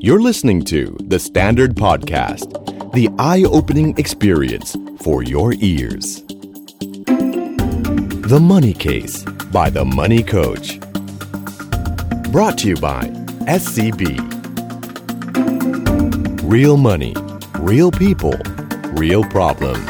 You're listening to The Standard Podcast, the eye-opening experience for your ears. The Money Case by The Money Coach. Brought to you by SCB. Real money, real people, real problems.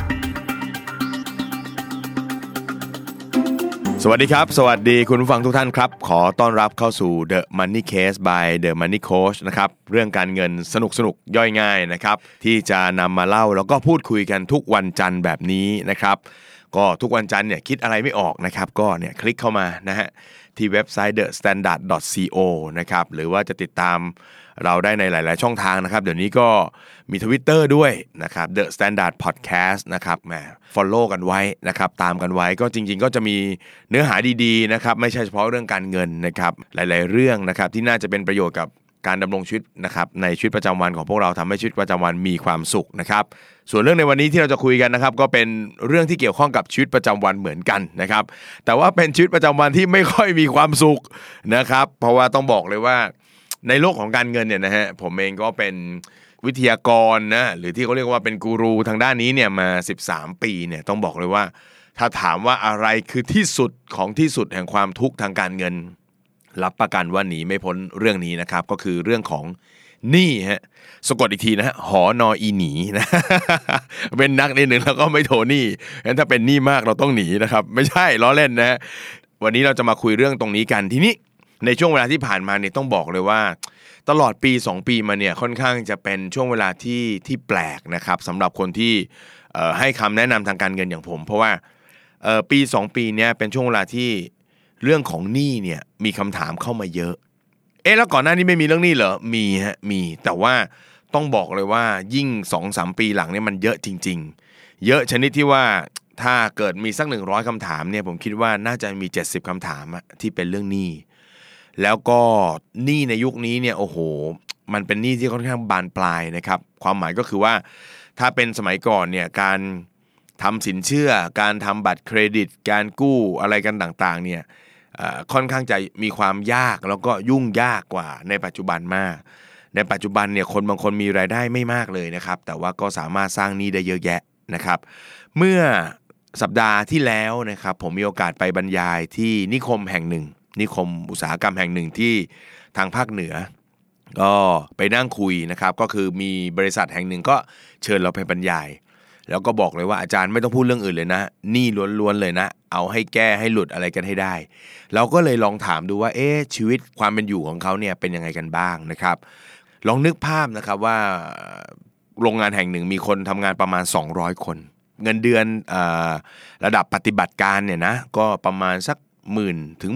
สวัสดีครับสวัสดีคุณผู้ฟังทุกท่านครับขอต้อนรับเข้าสู่ The Money Case by The Money Coach นะครับเรื่องการเงินสนุกย่อยง่ายนะครับที่จะนำมาเล่าแล้วก็พูดคุยกันทุกวันจันทร์แบบนี้นะครับก็ทุกวันจันทร์เนี่ยคิดอะไรไม่ออกนะครับก็เนี่ยคลิกเข้ามานะฮะที่เว็บไซต์ thestandard.co นะครับหรือว่าจะติดตามเราได้ในหลายๆช่องทางนะครับเดี๋ยวนี้ก็มี Twitter ด้วยนะครับ The Standard Podcast นะครับแหม follow กันไว้นะครับตามกันไว้ก็จริงๆก็จะมีเนื้อหาดีๆนะครับไม่ใช่เฉพาะเรื่องการเงินนะครับหลายๆเรื่องนะครับที่น่าจะเป็นประโยชน์กับการดำรงชีวิตนะครับในชีวิตประจำวันของพวกเราทำให้ชีวิตประจำวันมีความสุขนะครับส่วนเรื่องในวันนี้ที่เราจะคุยกันนะครับก็เป็นเรื่องที่เกี่ยวข้องกับชีวิตประจำวันเหมือนกันนะครับแต่ว่าเป็นชีวิตประจำวันที่ไม่ค่อยมีความสุขนะครับเพราะว่าต้องบอกเลยว่าในโลกของการเงินเนี่ยนะฮะผมเองก็เป็นวิทยากรนะหรือที่เขาเรียกว่าเป็นกูรูทางด้านนี้เนี่ยมา13ปีเนี่ยต้องบอกเลยว่าถ้าถามว่าอะไรคือที่สุดของที่สุดแห่งความทุกข์ทางการเงินรับประกันว่าหนีไม่พ้นเรื่องนี้นะครับก็คือเรื่องของหนี้ฮะสะกดอีกทีนะฮะหอนออีหนีนะเป็นนักนิดนึงแล้วก็ไม่โทหนี้งั้นถ้าเป็นหนี้มากเราต้องหนีนะครับไม่ใช่ล้อเล่นนะวันนี้เราจะมาคุยเรื่องตรงนี้กันทีนี้ในช่วงเวลาที่ผ่านมาเนี่ยต้องบอกเลยว่าตลอดปี2ปีมาเนี่ยค่อนข้างจะเป็นช่วงเวลาที่แปลกนะครับสำหรับคนที่ให้คำแนะนำทางการเงินอย่างผมเพราะว่าปี2ปีเนี่ยเป็นช่วงเวลาที่เรื่องของหนี้เนี่ยมีคำถามเข้ามาเยอะแล้วก่อนหน้านี้ไม่มีเรื่องหนี้เหรอมีฮะมีแต่ว่าต้องบอกเลยว่ายิ่ง 2-3 ปีหลังเนี่ยมันเยอะจริงๆเยอะชนิดที่ว่าถ้าเกิดมีสัก100คำถามเนี่ยผมคิดว่าน่าจะมี70คำถามที่เป็นเรื่องหนี้แล้วก็หนี้ในยุคนี้เนี่ยโอ้โหมันเป็นหนี้ที่ค่อนข้างบานปลายนะครับความหมายก็คือว่าถ้าเป็นสมัยก่อนเนี่ยการทำสินเชื่อการทำบัตรเครดิตการกู้อะไรกันต่างๆเนี่ยค่อนข้างจะมีความยากแล้วก็ยุ่งยากกว่าในปัจจุบันมากในปัจจุบันเนี่ยคนบางคนมีรายได้ไม่มากเลยนะครับแต่ว่าก็สามารถสร้างหนี้ได้เยอะแยะนะครับเมื่อสัปดาห์ที่แล้วนะครับผมมีโอกาสไปบรรยายที่นิคมแห่งหนึ่งนิคมอุตสาหกรรมแห่งหนึ่งที่ทางภาคเหนือก็ไปนั่งคุยนะครับก็คือมีบริษัทแห่งหนึ่งก็เชิญเราไปบรรยายแล้วก็บอกเลยว่าอาจารย์ไม่ต้องพูดเรื่องอื่นเลยนะหนี้ล้วนๆเลยนะเอาให้แก้ให้หลุดอะไรกันให้ได้เราก็เลยลองถามดูว่าชีวิตความเป็นอยู่ของเขาเนี่ยเป็นยังไงกันบ้างนะครับลองนึกภาพนะครับว่าโรงงานแห่งหนึ่งมีคนทำงานประมาณ200คนเงินเดือนระดับปฏิบัติการเนี่ยนะก็ประมาณสัก10,000 ถึง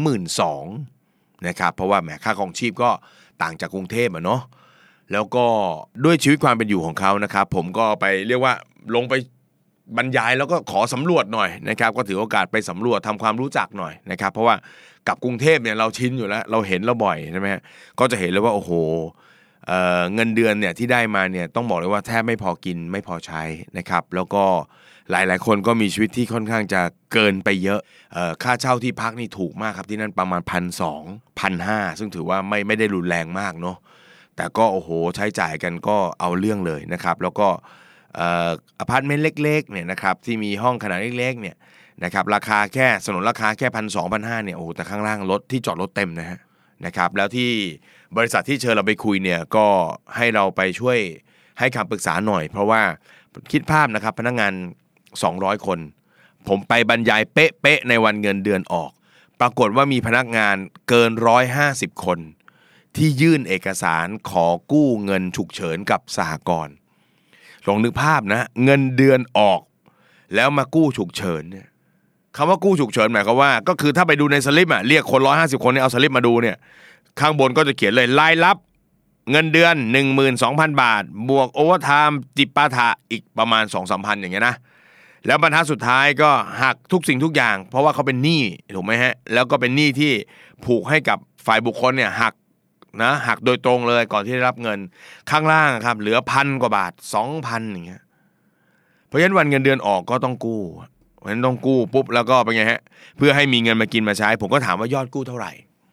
12,000 นะครับเพราะว่าแหมค่าครองชีพก็ต่างจากกรุงเทพเนาะแล้วก็ด้วยชีวิตความเป็นอยู่ของเขานะครับผมก็ไปเรียกว่าลงไปบรรยายแล้วก็ขอสำรวจหน่อยนะครับก็ถือโอกาสไปสำรวจทำความรู้จักหน่อยนะครับเพราะว่ากับกรุงเทพเนี่ยเราชินอยู่แล้วเราเห็นเราบ่อยใช่ไหมก็จะเห็นเลยว่าโอ้โหเงินเดือนเนี่ยที่ได้มาเนี่ยต้องบอกเลยว่าแทบไม่พอกินไม่พอใช้นะครับแล้วก็หลายๆคนก็มีชีวิตที่ค่อนข้างจะเกินไปเยอะค่าเช่าที่พักนี่ถูกมากครับที่นั่นประมาณ 1,200 1,500 ซึ่งถือว่าไม่ได้รุนแรงมากเนาะแต่ก็โอ้โหใช้จ่ายกันก็เอาเรื่องเลยนะครับแล้วก็อพาร์ตเมนต์เล็กๆเนี่ยนะครับที่มีห้องขนาดเล็กๆเนี่ยนะครับราคาแค่สนนราคาแค่ 1,200 1,500 เนี่ยโอ้โหแต่ข้างล่างรถที่จอดรถเต็มนะครับแล้วที่บริษัทที่เชิญเราไปคุยเนี่ยก็ให้เราไปช่วยให้คำปรึกษาหน่อยเพราะว่าคิดภาพนะครับพนักงาน200คนผมไปบรรยายเป๊ะๆในวันเงินเดือนออกปรากฏว่ามีพนักงานเกิน150คนที่ยื่นเอกสารขอกู้เงินฉุกเฉินกับสหกรณ์ลองนึกภาพนะเงินเดือนออกแล้วมากู้ฉุกเฉินเนี่ยคำว่ากู้ฉุกเฉินหมายความว่าก็คือถ้าไปดูในสลิปเรียกคน150คนเนี่ยเอาสลิปมาดูเนี่ยข้างบนก็จะเขียนเลยรายรับเงินเดือน 12,000 บาทบวกโอเวอร์ไทม์จิปาถะอีกประมาณ 2-3,000 อย่างเงี้ยนะแล้วบรรทัดสุดท้ายก็หักทุกสิ่งทุกอย่างเพราะว่าเขาเป็นหนี้ถูกไหมฮะแล้วก็เป็นหนี้ที่ผูกให้กับฝ่ายบุคคลเนี่ยหักโดยตรงเลยก่อนที่ได้รับเงินข้างล่างครับเหลือ 1,000 กว่าบาท 2,000 อย่างเงี้ยเพราะฉะนั้นวันเงินเดือนออกก็ต้องกู้เพราะฉะนั้นต้องกู้ปุ๊บแล้วก็เป็นไงฮะเพื่อให้มีเงินมากินมาใช้ผมก็ถามว่ายอดกู้เท่าไหร่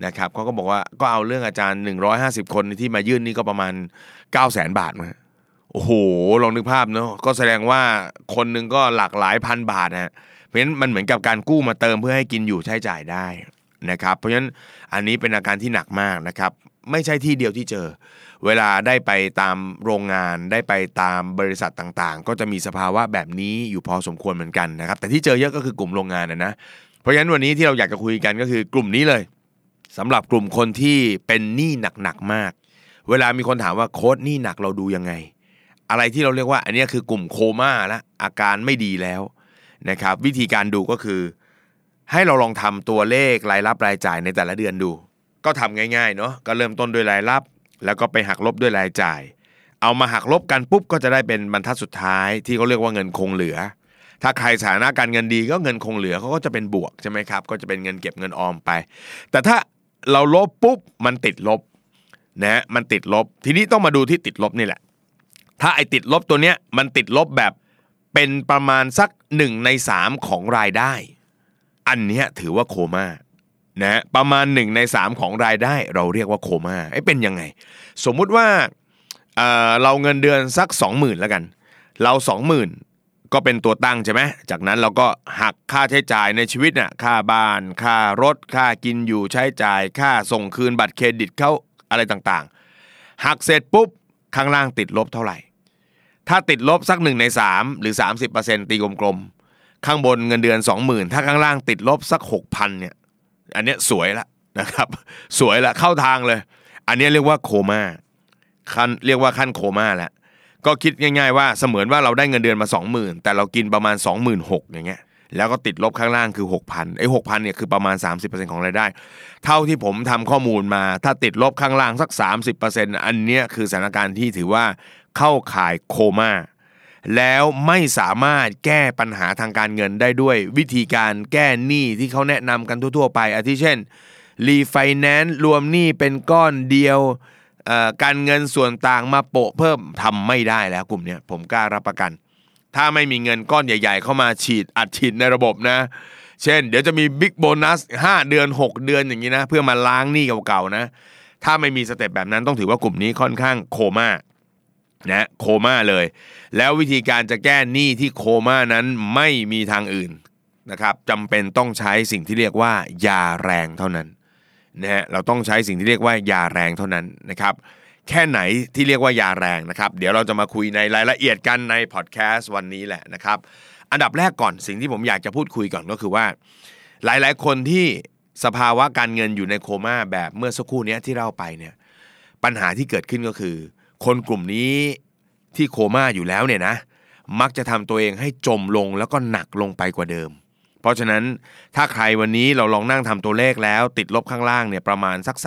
นะครับเขาก็บอกว่าก็เอาเรื่องอาจารย์150คนที่มายื่นนี่ก็ประมาณ 900,000 บาทมาโอ้โหลองนึกภาพเนาะก็แสดงว่าคนนึงก็หลากหลายพันบาทนะเพราะฉะนั้นมันเหมือนกับการกู้มาเติมเพื่อให้กินอยู่ใช้จ่ายได้นะครับเพราะฉะนั้นอันนี้เป็นอาการที่หนักมากนะครับไม่ใช่ที่เดียวที่เจอเวลาได้ไปตามโรงงานได้ไปตามบริษัทต่างๆก็จะมีสภาวะแบบนี้อยู่พอสมควรเหมือนกันนะครับแต่ที่เจอเยอะก็คือกลุ่มโรงงานนะเพราะฉะนั้นวันนี้ที่เราอยากจะคุยกันก็คือกลุ่มนี้เลยสำหรับกลุ่มคนที่เป็นหนี้หนักๆมากเวลามีคนถามว่าโค้ชหนี้หนักเราดูยังไงอะไรที่เราเรียกว่าอันนี้คือกลุ่มโคม่าละอาการไม่ดีแล้วนะครับวิธีการดูก็คือให้เราลองทำตัวเลขรายรับรายจ่ายในแต่ละเดือนดูก็ทำง่ายๆเนาะก็เริ่มต้นด้วยรายรับแล้วก็ไปหักลบด้วยรายจ่ายเอามาหักลบกันปุ๊บก็จะได้เป็นบรรทัดสุดท้ายที่เขาเรียกว่าเงินคงเหลือถ้าใครฐานะการเงินดีก็เงินคงเหลือเขาก็จะเป็นบวกใช่ไหมครับก็จะเป็นเงินเก็บเงินออมไปแต่ถ้าเราลบปุ๊บมันติดลบนะมันติดลบทีนี้ต้องมาดูที่ติดลบนี่แหละถ้าไอ้ติดลบตัวเนี้ยมันติดลบแบบเป็นประมาณสัก1 ใน 3ของรายได้อันนี้ถือว่าโคม่านะประมาณ1 ใน 3ของรายได้เราเรียกว่าโคม่าเป็นยังไงสมมุติว่าเราเงินเดือนสัก 20,000 แล้วกันเรา 20,000 ก็เป็นตัวตั้งใช่ไหมจากนั้นเราก็หักค่าใช้จ่ายในชีวิตน่ะค่าบ้านค่ารถค่ากินอยู่ใช้จ่ายค่าส่งคืนบัตรเครดิตเขาอะไรต่างๆหักเสร็จปุ๊บข้างล่างติดลบเท่าไหร่ถ้าติดลบสัก1 ใน 3หรือ 30% ตีกลมๆข้างบนเงินเดือน 20,000 ถ้าข้างล่างติดลบสัก 6,000 เนี่ยอันเนี้ยสวยละนะครับสวยละเข้าทางเลยอันนี้เรียกว่าโคม่าเรียกว่าขั้นโคม่าแล้วก็คิดง่ายๆว่าเสมือนว่าเราได้เงินเดือนมา 20,000 แต่เรากินประมาณ 26,000 อย่างเงี้ยแล้วก็ติดลบข้างล่างคือ 6,000 6,000 เนี่ยคือประมาณ 30% ของรายได้เท่าที่ผมทำข้อมูลมาถ้าติดลบข้างล่างสัก 30% อันเนี้ยคือสถานการณ์ที่ถือว่าเข้าข่ายโคม่าแล้วไม่สามารถแก้ปัญหาทางการเงินได้ด้วยวิธีการแก้หนี้ที่เขาแนะนำกันทั่วๆไปอาทิเช่นรีไฟแนนซ์รวมหนี้เป็นก้อนเดียวการเงินส่วนต่างมาโปะเพิ่มทำไม่ได้แล้วกลุ่มนี้ผมกล้ารับประกันถ้าไม่มีเงินก้อนใหญ่ๆเข้ามาอัดฉีดในระบบนะเช่นเดี๋ยวจะมีบิ๊กโบนัส5 เดือน6 เดือนอย่างนี้นะเพื่อมาล้างหนี้เก่าๆนะถ้าไม่มีสเต็ปแบบนั้นต้องถือว่ากลุ่มนี้ค่อนข้างโคม่านะโคม่าเลยแล้ววิธีการจะแก้หนี้ที่โคม่านั้นไม่มีทางอื่นนะครับจำเป็นต้องใช้สิ่งที่เรียกว่ายาแรงเท่านั้นนะฮะเราต้องใช้สิ่งที่เรียกว่ายาแรงเท่านั้นนะครับแค่ไหนที่เรียกว่ายาแรงนะครับเดี๋ยวเราจะมาคุยในรายละเอียดกันในพอดแคสต์วันนี้แหละนะครับอันดับแรกก่อนสิ่งที่ผมอยากจะพูดคุยก่อนก็คือว่าหลายๆคนที่สภาวะการเงินอยู่ในโคม่าแบบเมื่อสักครู่นี้ที่เล่าไปเนี่ยปัญหาที่เกิดขึ้นก็คือคนกลุ่มนี้ที่โคม่าอยู่แล้วเนี่ยนะมักจะทำตัวเองให้จมลงแล้วก็หนักลงไปกว่าเดิมเพราะฉะนั้นถ้าใครวันนี้เราลองนั่งทำตัวเลขแล้วติดลบข้างล่างเนี่ยประมาณสัก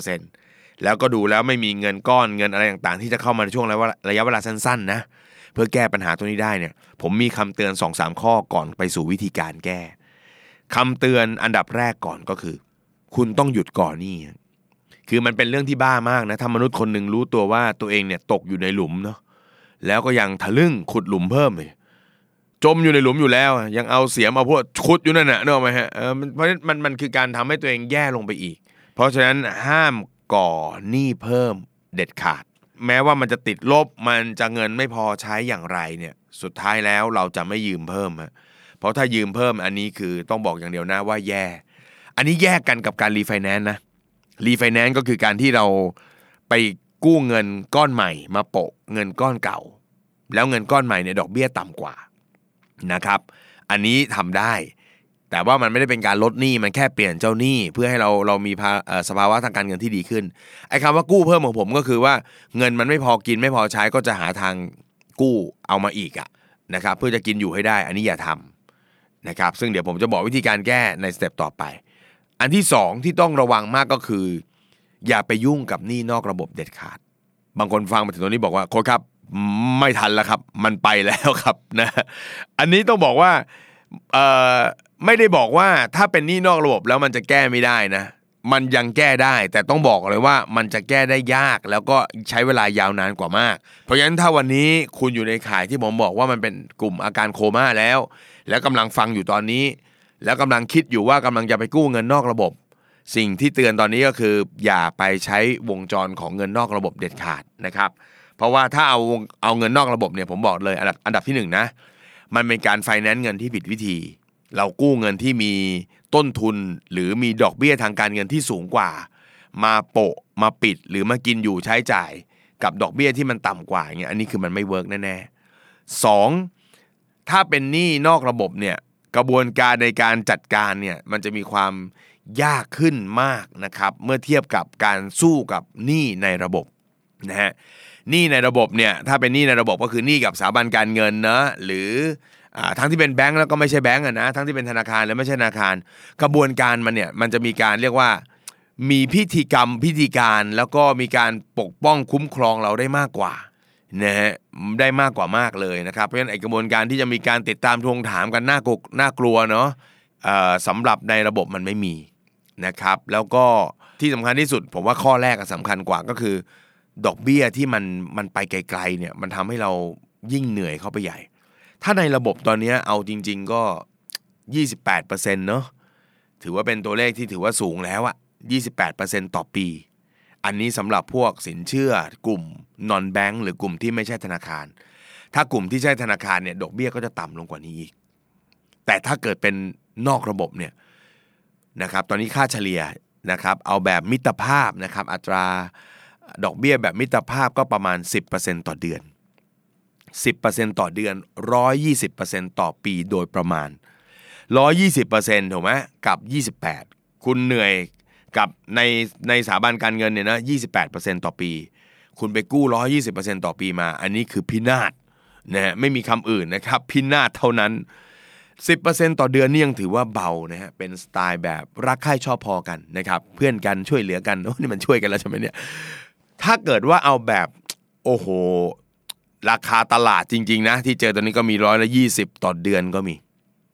30% แล้วก็ดูแล้วไม่มีเงินก้อนเงินอะไรต่างๆที่จะเข้ามาในช่วงระยะเวลาสั้นๆนะเพื่อแก้ปัญหาตัวนี้ได้เนี่ยผมมีคำเตือน 2-3 ข้อก่อนไปสู่วิธีการแก้คำเตือนอันดับแรกก่อนก็คือคุณต้องหยุดก่อนหนี้คือมันเป็นเรื่องที่บ้ามากนะถ้ามนุษย์คนหนึ่งรู้ตัวว่าตัวเองเนี่ยตกอยู่ในหลุมเนาะแล้วก็ยังทะลึ่งขุดหลุมเพิ่มเลยจมอยู่ในหลุมอยู่แล้วยังเอาเสียมเอาพวกขุดอยู่นั่นน่ะนึกออกไหมฮะเพราะมันคือการทำให้ตัวเองแย่ลงไปอีกเพราะฉะนั้นห้ามก่อหนี้เพิ่มเด็ดขาดแม้ว่ามันจะติดลบมันจะเงินไม่พอใช้อย่างไรเนี่ยสุดท้ายแล้วเราจะไม่ยืมเพิ่มเพราะถ้ายืมเพิ่มอันนี้คือต้องบอกอย่างเดียวนะว่าแย่อันนี้แยกกันกับการรีไฟแนนซ์นะรีไฟแนนซ์ก็คือการที่เราไปกู้เงินก้อนใหม่มาโปะเงินก้อนเก่าแล้วเงินก้อนใหม่เนี่ยดอกเบี้ยต่ำกว่านะครับอันนี้ทำได้แต่ว่ามันไม่ได้เป็นการลดหนี้มันแค่เปลี่ยนเจ้าหนี้เพื่อให้เรามีสภาวะทางการเงินที่ดีขึ้นไอ้คำว่ากู้เพิ่มของผมก็คือว่าเงินมันไม่พอกินไม่พอใช้ก็จะหาทางกู้เอามาอีกนะครับเพื่อจะกินอยู่ให้ได้อันนี้อย่าทำนะครับซึ่งเดี๋ยวผมจะบอกวิธีการแก้ในสเต็ปต่อไปอันที่2ที่ต้องระวังมากก็คืออย่าไปยุ่งกับหนี้นอกระบบเด็ดขาดบางคนฟังมาถึงตรงนี้บอกว่าโค้ชครับไม่ทันแล้วครับมันไปแล้วครับนะอันนี้ต้องบอกว่าไม่ได้บอกว่าถ้าเป็นหนี้นอกระบบแล้วมันจะแก้ไม่ได้นะมันยังแก้ได้แต่ต้องบอกเลยว่ามันจะแก้ได้ยากแล้วก็ใช้เวลายาวนานกว่ามากเพราะฉะนั้นถ้าวันนี้คุณอยู่ในข่ายที่ผมบอกว่ามันเป็นกลุ่มอาการโคม่าแล้วกำลังฟังอยู่ตอนนี้แล้วกำลังคิดอยู่ว่ากำลังจะไปกู้เงินนอกระบบสิ่งที่เตือนตอนนี้ก็คืออย่าไปใช้วงจรของเงินนอกระบบเด็ดขาดนะครับเพราะว่าถ้าเอาเงินนอกระบบเนี่ยผมบอกเลยอันดับที่1นะมันเป็นการไฟแนนซ์เงินที่ผิดวิธีเรากู้เงินที่มีต้นทุนหรือมีดอกเบี้ยทางการเงินที่สูงกว่ามาโปะมาปิดหรือมากินอยู่ใช้จ่ายกับดอกเบี้ยที่มันต่ำกว่าอย่างเงี้ยอันนี้คือมันไม่เวิร์กแน่ๆ2ถ้าเป็นหนี้นอกระบบเนี่ยกระบวนการในการจัดการเนี่ยมันจะมีความยากขึ้นมากนะครับเมื่อเทียบกับการสู้กับหนี้ในระบบนะฮะหนี้ในระบบเนี่ยถ้าเป็นหนี้ในระบบก็คือหนี้กับสถาบันการเงินนะหรือทั้งที่เป็นแบงก์แล้วก็ไม่ใช่แบงก์นะทั้งที่เป็นธนาคารและไม่ใช่ธนาคารกระบวนการมันเนี่ยมันจะมีการเรียกว่ามีพิธีการแล้วก็มีการปกป้องคุ้มครองเราได้มากกว่านะฮะได้มากกว่ามากเลยนะครับเพราะฉะนั้นกระบวนการที่จะมีการติดตามทวงถามกันน่ากลัวเนาะสำหรับในระบบมันไม่มีนะครับแล้วก็ที่สำคัญที่สุดผมว่าข้อแรกสำคัญกว่าก็คือดอกเบี้ยที่มันไปไกลๆเนี่ยมันทำให้เรายิ่งเหนื่อยเข้าไปใหญ่ถ้าในระบบตอนนี้เอาจริงๆก็ 28% เนาะถือว่าเป็นตัวเลขที่ถือว่าสูงแล้วอะ 28% ต่อปีอันนี้สำหรับพวกสินเชื่อกลุ่ม non bank หรือกลุ่มที่ไม่ใช่ธนาคารถ้ากลุ่มที่ใช่ธนาคารเนี่ยดอกเบี้ยก็จะต่ำลงกว่านี้อีกแต่ถ้าเกิดเป็นนอกระบบเนี่ยนะครับตอนนี้ค่าเฉลี่ยนะครับเอาแบบมิตรภาพนะครับอัตราดอกเบี้ยแบบมิตรภาพก็ประมาณ 10% ต่อเดือน 10% ต่อเดือน 120% ต่อปีโดยประมาณ 120% ถูกไหมกับ28คุณเหนื่อยกับในสถาบันการเงินเนี่ยนะ 28% ต่อปีคุณไปกู้ 120% ต่อปีมาอันนี้คือพินาศนะฮะไม่มีคำอื่นนะครับพินาศเท่านั้น 10% ต่อเดือนนี่ยังถือว่าเบานะฮะเป็นสไตล์แบบรักใคร่ชอบพอกันนะครับเพื่อนกันช่วยเหลือกันโอ้นี่มันช่วยกันแล้วใช่ไหมเนี่ยถ้าเกิดว่าเอาแบบโอ้โหราคาตลาดจริงๆนะที่เจอตอนนี้ก็มี120ต่อเดือนก็มี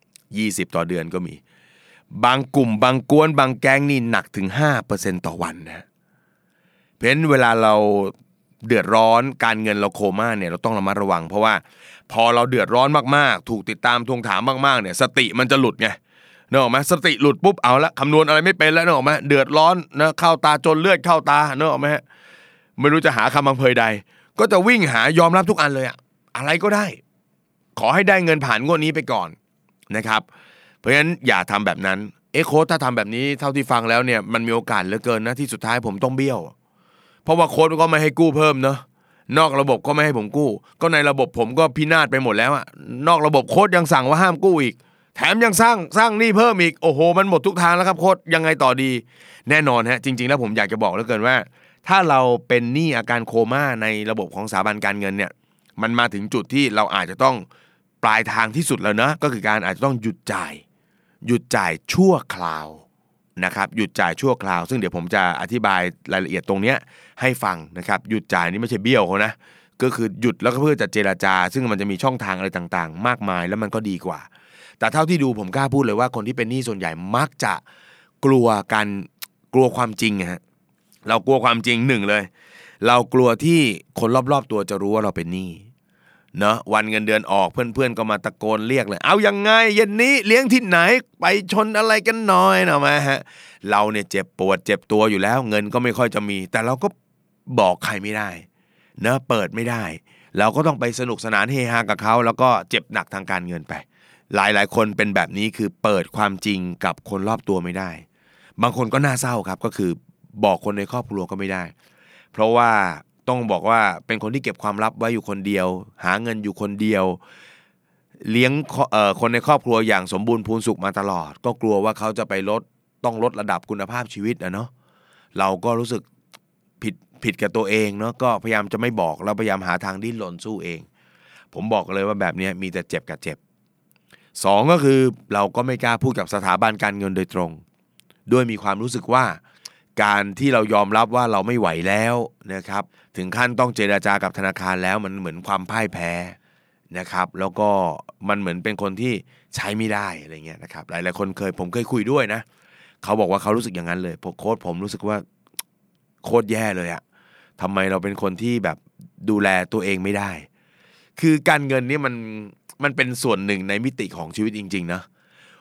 20ต่อเดือนก็มีบางกลุ่มบางกวนบางแก๊งนี่หนักถึง 5% ต่อวันนะเพราะฉะนั้นเวลาเราเดือดร้อนการเงินเราโคม่าเนี่ยเราต้องระมัดระวังเพราะว่าพอเราเดือดร้อนมากๆถูกติดตามทวงถามมากๆเนี่ยสติมันจะหลุดไงนึกออกไหมสติหลุดปุ๊บเอาละคำนวณอะไรไม่เป็นแล้วนึกออกไหมเดือดร้อนนะเข้าตาจนเลือดเข้าตานึกออกไหมฮะไม่รู้จะหาคำบังเพยใดก็จะวิ่งหายอมรับทุกอันเลยอะอะไรก็ได้ขอให้ได้เงินผ่านงวดนี้ไปก่อนนะครับเพราะฉะนั้นอย่าทำแบบนั้นโค้ชถ้าทำแบบนี้เท่าที่ฟังแล้วเนี่ยมันมีโอกาสเหลือเกินนะที่สุดท้ายผมต้องเบี้ยวเพราะว่าโค้ชก็ไม่ให้กู้เพิ่มเนาะนอกระบบก็ไม่ให้ผมกู้ก็ในระบบผมก็พินาศไปหมดแล้วอะนอกระบบโค้ชยังสั่งว่าห้ามกู้อีกแถมยังสร้างหนี้เพิ่มอีกโอ้โหมันหมดทุกทางแล้วครับโค้ชยังไงต่อดีแน่นอนฮะจริงๆแล้วผมอยากจะบอกเหลือเกินว่าถ้าเราเป็นหนี้อาการโคม่าในระบบของสถาบันการเงินเนี่ยมันมาถึงจุดที่เราอาจจะต้องปลายทางที่สุดแล้วนะก็คือการอาจจะต้องหยุดจ่ายชั่วคราวนะครับหยุดจ่ายชั่วคราวซึ่งเดี๋ยวผมจะอธิบายรายละเอียดตรงนี้ให้ฟังนะครับหยุดจ่ายนี่ไม่ใช่เบี้ยวเขานะก็คือหยุดแล้วก็เพื่อจะเจรจาซึ่งมันจะมีช่องทางอะไรต่างๆมากมายแล้วมันก็ดีกว่าแต่เท่าที่ดูผมกล้าพูดเลยว่าคนที่เป็นหนี้ส่วนใหญ่มักจะกลัวความจริงฮะเรากลัวความจริงหนึ่งเลยเรากลัวที่คนรอบๆตัวจะรู้ว่าเราเป็นหนี้เนาะวันเงินเดือนออกเพื่อนๆก็มาตะโกนเรียกเลยเอายังไงเย็นนี้เลี้ยงที่ไหนไปชนอะไรกันหน่อยนะมาฮะเราเนี่ยเจ็บปวดเจ็บตัวอยู่แล้วเงินก็ไม่ค่อยจะมีแต่เราก็บอกใครไม่ได้เนาะเปิดไม่ได้เราก็ต้องไปสนุกสนานเฮฮากับเขาแล้วก็เจ็บหนักทางการเงินไปหลายๆคนเป็นแบบนี้คือเปิดความจริงกับคนรอบตัวไม่ได้บางคนก็น่าเศร้าครับก็คือบอกคนในครอบครัวก็ไม่ได้เพราะว่าต้องบอกว่าเป็นคนที่เก็บความลับไว้อยู่คนเดียวหาเงินอยู่คนเดียวเลี้ยงคนในครอบครัวอย่างสมบูรณ์พูนสุขมาตลอดก็กลัวว่าเขาจะไปต้องลดระดับคุณภาพชีวิตนะเนาะเราก็รู้สึกผิดกับตัวเองเนาะก็พยายามจะไม่บอกแล้วพยายามหาทางดิ้นรนสู้เองผมบอกเลยว่าแบบนี้มีแต่เจ็บกับเจ็บสองก็คือเราก็ไม่กล้าพูดกับสถาบันการเงินโดยตรงด้วยมีความรู้สึกว่าการที่เรายอมรับว่าเราไม่ไหวแล้วนะครับถึงขั้นต้องเจรจากับธนาคารแล้วมันเหมือนความพ่ายแพ้นะครับแล้วก็มันเหมือนเป็นคนที่ใช้ไม่ได้อะไรเงี้ยนะครับหลายๆคนผมเคยคุยด้วยนะเขาบอกว่าเขารู้สึกอย่างนั้นเลยโค้ชผมรู้สึกว่าโคตรแย่เลยอะทำไมเราเป็นคนที่แบบดูแลตัวเองไม่ได้คือการเงินนี่มันเป็นส่วนหนึ่งในมิติของชีวิตจริงๆนะ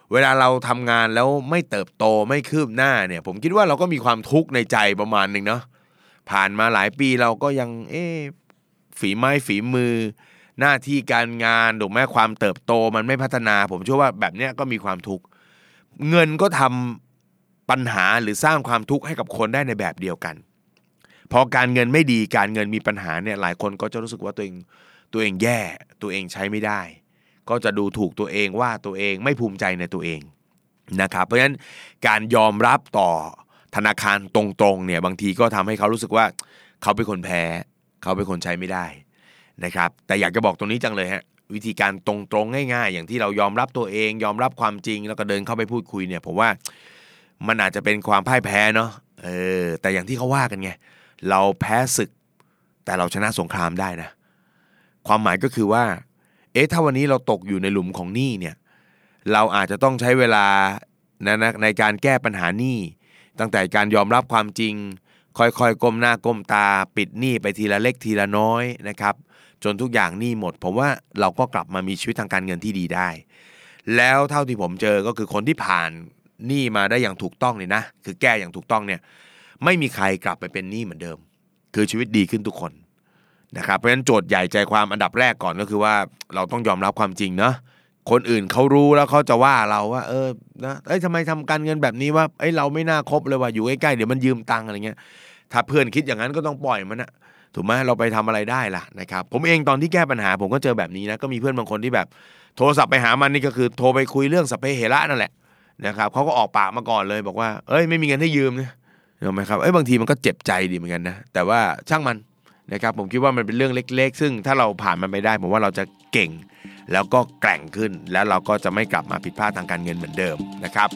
เวลาเราทำงานแล้วไม่เติบโตไม่คืบหน้าเนี่ยผมคิดว่าเราก็มีความทุกข์ในใจประมาณนึงเนาะผ่านมาหลายปีเราก็ยังฝีไม้ฝีมือหน้าที่การงานถูกไหมความเติบโตมันไม่พัฒนาผมเชื่อว่าแบบเนี้ยก็มีความทุกข์เงินก็ทำปัญหาหรือสร้างความทุกข์ให้กับคนได้ในแบบเดียวกันพอการเงินไม่ดีการเงินมีปัญหาเนี่ยหลายคนก็จะรู้สึกว่าตัวเองแย่ตัวเองใช้ไม่ได้ก็จะดูถูกตัวเองว่าตัวเองไม่ภูมิใจในตัวเองนะครับเพราะฉะนั้นการยอมรับต่อธนาคารตรงๆเนี่ยบางทีก็ทำให้เขารู้สึกว่าเขาเป็นคนแพ้เขาเป็นคนใช้ไม่ได้นะครับแต่อยากจะบอกตรงนี้จังเลยฮะวิธีการตรงๆง่ายๆอย่างที่เรายอมรับตัวเองยอมรับความจริงแล้วก็เดินเข้าไปพูดคุยเนี่ยผมว่ามันอาจจะเป็นความพ่ายแพ้เนาะแต่อย่างที่เขาว่ากันไงเราแพ้ศึกแต่เราชนะสงครามได้นะความหมายก็คือว่าถ้าวันนี้เราตกอยู่ในหลุมของหนี้เนี่ยเราอาจจะต้องใช้เวลาในการแก้ปัญหาหนี้ตั้งแต่การยอมรับความจริงค่อยๆก้มหน้าก้มตาปิดหนี้ไปทีละเล็กทีละน้อยนะครับจนทุกอย่างหนี้หมดผมว่าเราก็กลับมามีชีวิตทางการเงินที่ดีได้แล้วเท่าที่ผมเจอก็คือคนที่ผ่านหนี้มาได้อย่างถูกต้องเนี่ยนะคือแก้อย่างถูกต้องเนี่ยไม่มีใครกลับไปเป็นหนี้เหมือนเดิมคือชีวิตดีขึ้นทุกคนนะครับเพราะฉะนั้นโจทย์ใหญ่ใจความอันดับแรกก่อนก็คือว่าเราต้องยอมรับความจริงเนาะคนอื่นเขารู้แล้วเขาจะว่าเราว่าทำไมทำการเงินแบบนี้ว่าเราไม่น่าคบเลยว่าอยู่ใกล้ๆเดี๋ยวมันยืมตังค์อะไรเงี้ยถ้าเพื่อนคิดอย่างนั้นก็ต้องปล่อยมันนะถูกไหมเราไปทำอะไรได้ล่ะนะครับผมเองตอนที่แก้ปัญหาผมก็เจอแบบนี้นะก็มีเพื่อนบางคนที่แบบโทรศัพท์ไปหามันนี่ก็คือโทรไปคุยเรื่องสัพเพเหระนั่นแหละนะครับเขาก็ออกปากมาก่อนเลยบอกว่าไม่มีเงินให้ยืมนะเห็นไหมครับบางทีมันก็เจ็บใจดีเหมือนกันนะแต่ว่าช่างมันนะครับผมคิดว่ามันเป็นเรื่องเล็กๆซึ่งถ้าเราผ่านมันไปได้ผมว่าเราจะเก่งแล้วก็แกร่งขึ้นแล้วเราก็จะไม่กลับมาผิดพลาดทางการเงินเหมือนเดิมนะครับ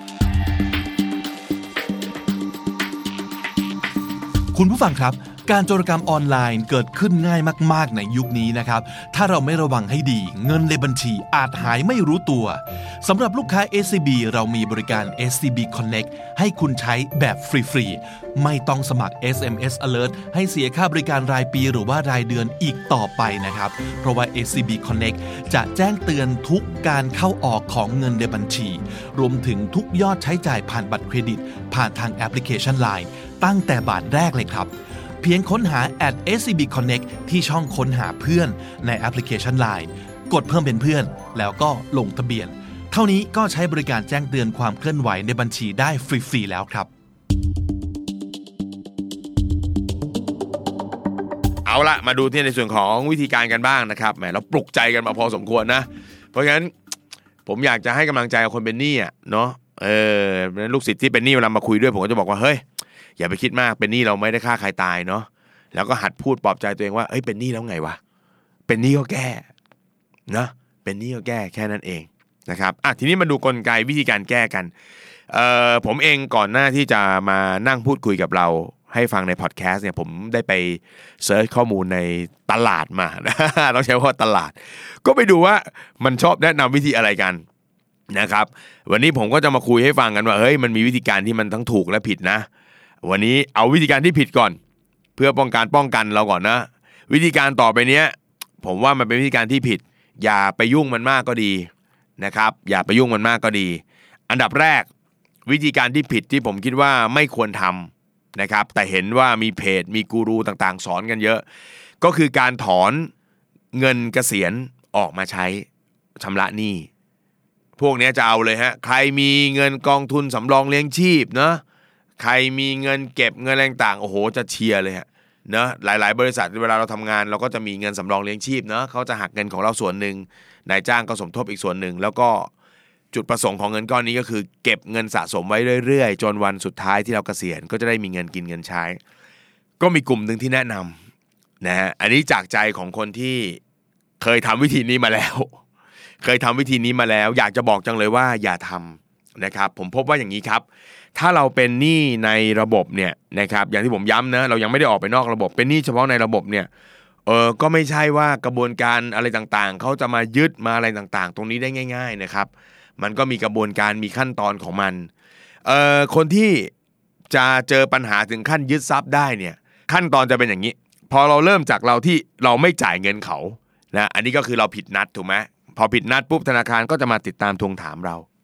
คุณผู้ฟังครับการโจรกรรมออนไลน์เกิดขึ้นง่ายมากๆในยุคนี้นะครับถ้าเราไม่ระวังให้ดีเงินในบัญชีอาจหายไม่รู้ตัวสำหรับลูกค้า SCB เรามีบริการ SCB Connect ให้คุณใช้แบบฟรีๆไม่ต้องสมัคร SMS Alert ให้เสียค่าบริการรายปีหรือว่ารายเดือนอีกต่อไปนะครับเพราะว่า SCB Connect จะแจ้งเตือนทุกการเข้าออกของเงินในบัญชีรวมถึงทุกยอดใช้จ่ายผ่านบัตรเครดิตผ่านทางแอปพลิเคชัน LINE ตั้งแต่บาทแรกเลยครับเพียงค้นหา @scb connect ที่ช่องค้นหาเพื่อนในแอปพลิเคชัน LINE กดเพิ่มเป็นเพื่อนแล้วก็ลงทะเบียนเท่านี้ก็ใช้บริการแจ้งเตือนความเคลื่อนไหวในบัญชีได้ฟรีๆแล้วครับเอาละมาดูที่ในส่วนของวิธีการกันบ้างนะครับแหมเราปลุกใจกันมาพอสมควรนะเพราะงั้นผมอยากจะให้กำลังใจคนเป็นหนี้เนาะลูกศิษย์ที่เป็นหนี้เวลามาคุยด้วยผมก็จะบอกว่าเฮ้ยอย่าไปคิดมากเป็นหนี้เราไม่ได้ฆ่าใครตายเนาะแล้วก็หัดพูดปลอบใจตัวเองว่าเป็นหนี้แล้วไงวะเป็นหนี้ก็แก้นะเป็นหนี้ก็แก้แค่นั้นเองนะครับทีนี้มาดูกลไกวิธีการแก้กันผมเองก่อนหน้าที่จะมานั่งพูดคุยกับเราให้ฟังในพอดแคสต์เนี่ยผมได้ไปเสิร์ชข้อมูลในตลาดมา ต้องใช้ว่าตลาดก็ไปดูว่ามันชอบแนะนำวิธีอะไรกันนะครับวันนี้ผมก็จะมาคุยให้ฟังกันว่าเฮ้ยมันมีวิธีการที่มันทั้งถูกและผิดนะวันนี้เอาวิธีการที่ผิดก่อนเพื่อป้องกันเราก่อนนะวิธีการต่อไปเนี้ยผมว่ามันเป็นวิธีการที่ผิดอย่าไปยุ่งมันมากก็ดีนะครับอย่าไปยุ่งมันมากก็ดีอันดับแรกวิธีการที่ผิดที่ผมคิดว่าไม่ควรทำนะครับแต่เห็นว่ามีเพจมีกูรูต่างๆสอนกันเยอะก็คือการถอนเงินเกษียณออกมาใช้ชำระหนี้พวกนี้จะเอาเลยฮะใครมีเงินกองทุนสำรองเลี้ยงชีพเนาะใครมีเงินเก็บเงินอะไรต่างๆโอ้โหจะเชียร์เลยฮะเนาะหลายๆบริษัทเวลาเราทำงานเราก็จะมีเงินสำรองเลี้ยงชีพเนาะเขาจะหักเงินของเราส่วนหนึ่งนายจ้างก็สมทบอีกส่วนหนึ่งแล้วก็จุดประสงค์ของเงินก้อนนี้ก็คือเก็บเงินสะสมไว้เรื่อยๆจนวันสุดท้ายที่เราเกษียณก็จะได้มีเงินกินเงินใช้ก็มีกลุ่มนึงที่แนะนำนะฮะอันนี้จากใจของคนที่เคยทำวิธีนี้มาแล้วอยากจะบอกจังเลยว่าอย่าทำนะครับผมพบว่าอย่างนี้ครับถ้าเราเป็นหนี้ในระบบเนี่ยนะครับอย่างที่ผมย้ำนะเรายังไม่ได้ออกไปนอกระบบเป็นหนี้เฉพาะในระบบเนี่ยก็ไม่ใช่ว่ากระบวนการอะไรต่างๆเขาจะมายึดมาอะไรต่างๆตรงนี้ได้ง่ายๆนะครับมันก็มีกระบวนการมีขั้นตอนของมันคนที่จะเจอปัญหาถึงขั้นยึดทรัพย์ได้เนี่ยขั้นตอนจะเป็นอย่างนี้พอเราเริ่มจากเราที่เราไม่จ่ายเงินเขานะอันนี้ก็คือเราผิดนัดถูกไหมพอผิดนัดปุ๊บธนาคารก็จะมาติดตามทวงถามเรา